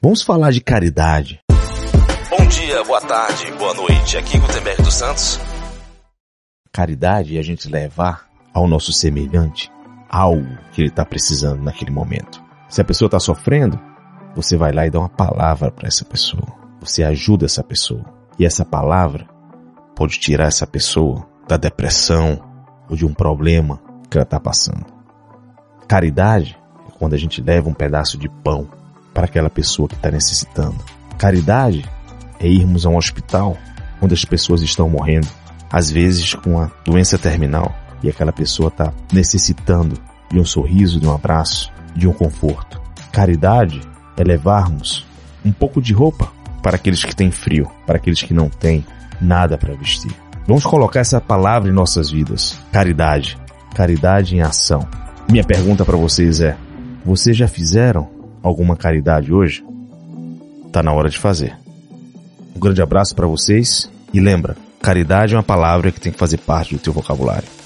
Vamos falar de caridade. Bom dia, boa tarde, boa noite. Aqui Gutenberg dos Santos. Caridade é a gente levar ao nosso semelhante algo que ele está precisando naquele momento. Se a pessoa está sofrendo, você vai lá e dá uma palavra para essa pessoa. Você ajuda essa pessoa. E essa palavra pode tirar essa pessoa da depressão ou de um problema que ela está passando. Caridade é quando a gente leva um pedaço de pão para aquela pessoa que está necessitando. Caridade é irmos a um hospital onde as pessoas estão morrendo, às vezes com uma doença terminal, e aquela pessoa está necessitando de um sorriso, de um abraço, de um conforto. Caridade é levarmos um pouco de roupa para aqueles que têm frio, para aqueles que não têm nada para vestir. Vamos colocar essa palavra em nossas vidas. Caridade. Caridade em ação. Minha pergunta para vocês é: vocês já fizeram alguma caridade hoje? Tá na hora de fazer. Um grande abraço para vocês e lembra, caridade é uma palavra que tem que fazer parte do teu vocabulário.